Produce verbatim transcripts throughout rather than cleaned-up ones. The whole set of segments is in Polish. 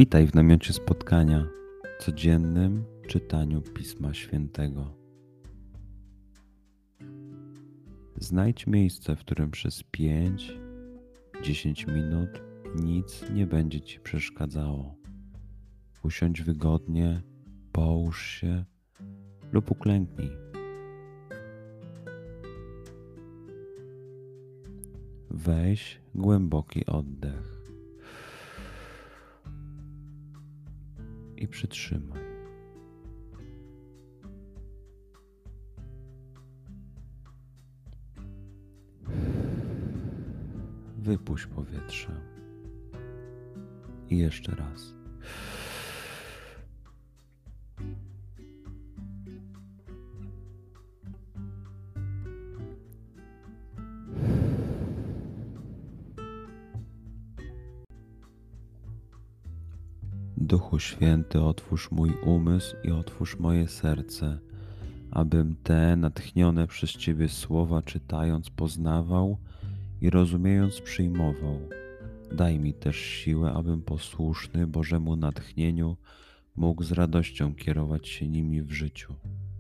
Witaj w namiocie spotkania, codziennym czytaniu Pisma Świętego. Znajdź miejsce, w którym przez pięć do dziesięciu minut nic nie będzie Ci przeszkadzało. Usiądź wygodnie, połóż się lub uklęknij. Weź głęboki oddech i przytrzymaj. Wypuść powietrze. I jeszcze raz. Duchu Święty, otwórz mój umysł i otwórz moje serce, abym te natchnione przez Ciebie słowa czytając poznawał i rozumiejąc przyjmował. Daj mi też siłę, abym posłuszny Bożemu natchnieniu mógł z radością kierować się nimi w życiu.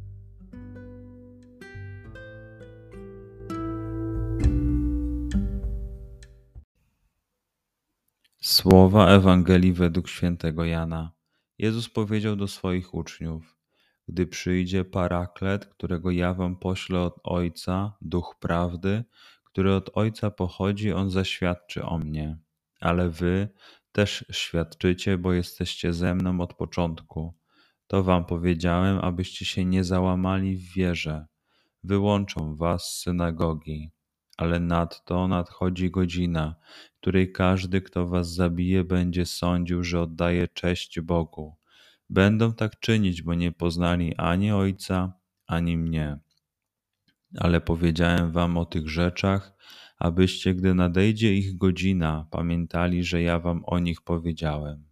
Słowa Ewangelii według świętego Jana. Jezus powiedział do swoich uczniów: Gdy przyjdzie Paraklet, którego ja wam poślę od Ojca, Duch Prawdy, który od Ojca pochodzi, On zaświadczy o mnie. Ale wy też świadczycie, bo jesteście ze mną od początku. To wam powiedziałem, abyście się nie załamali w wierze. Wyłączą was z synagogi. Ale nadto nadchodzi godzina, której każdy, kto was zabije, będzie sądził, że oddaje cześć Bogu. Będą tak czynić, bo nie poznali ani Ojca, ani mnie. Ale powiedziałem wam o tych rzeczach, abyście, gdy nadejdzie ich godzina, pamiętali, że ja wam o nich powiedziałem.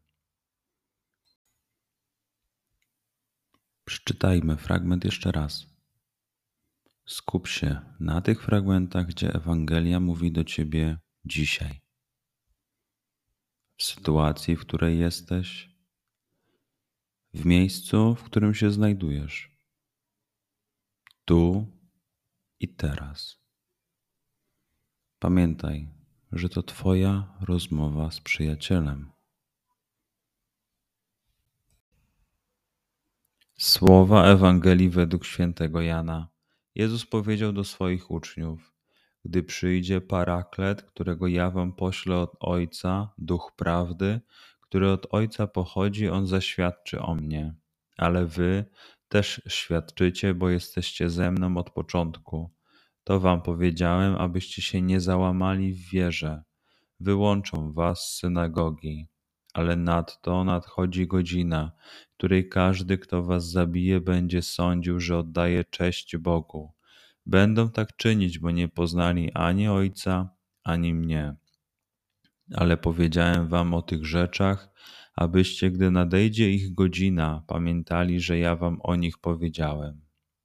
Przeczytajmy fragment jeszcze raz. Skup się na tych fragmentach, gdzie Ewangelia mówi do Ciebie dzisiaj. W sytuacji, w której jesteś, w miejscu, w którym się znajdujesz, tu i teraz. Pamiętaj, że to Twoja rozmowa z przyjacielem. Słowa Ewangelii według świętego Jana. Jezus powiedział do swoich uczniów: Gdy przyjdzie Paraklet, którego ja wam poślę od Ojca, Duch Prawdy, który od Ojca pochodzi, On zaświadczy o mnie. Ale wy też świadczycie, bo jesteście ze mną od początku. To wam powiedziałem, abyście się nie załamali w wierze. Wyłączą was z synagogi. Ale nadto nadchodzi godzina, której każdy, kto was zabije, będzie sądził, że oddaje cześć Bogu. Będą tak czynić, bo nie poznali ani Ojca, ani mnie. Ale powiedziałem wam o tych rzeczach, abyście, gdy nadejdzie ich godzina, pamiętali, że ja wam o nich powiedziałem.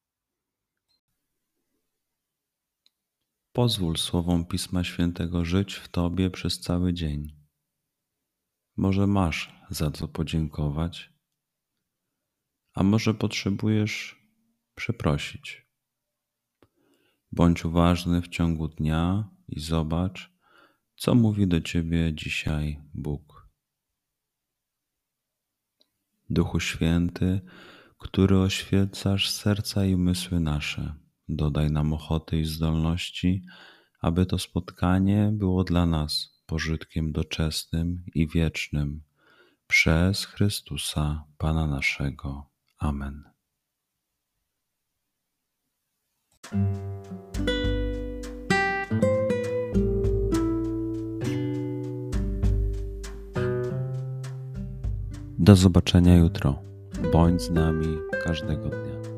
Pozwól słowom Pisma Świętego żyć w Tobie przez cały dzień. Może masz za co podziękować, a może potrzebujesz przeprosić. Bądź uważny w ciągu dnia i zobacz, co mówi do Ciebie dzisiaj Bóg. Duchu Święty, który oświecasz serca i umysły nasze, dodaj nam ochoty i zdolności, aby to spotkanie było dla nas pożytkiem doczesnym i wiecznym. Przez Chrystusa, Pana naszego. Amen. Do zobaczenia jutro. Bądź z nami każdego dnia.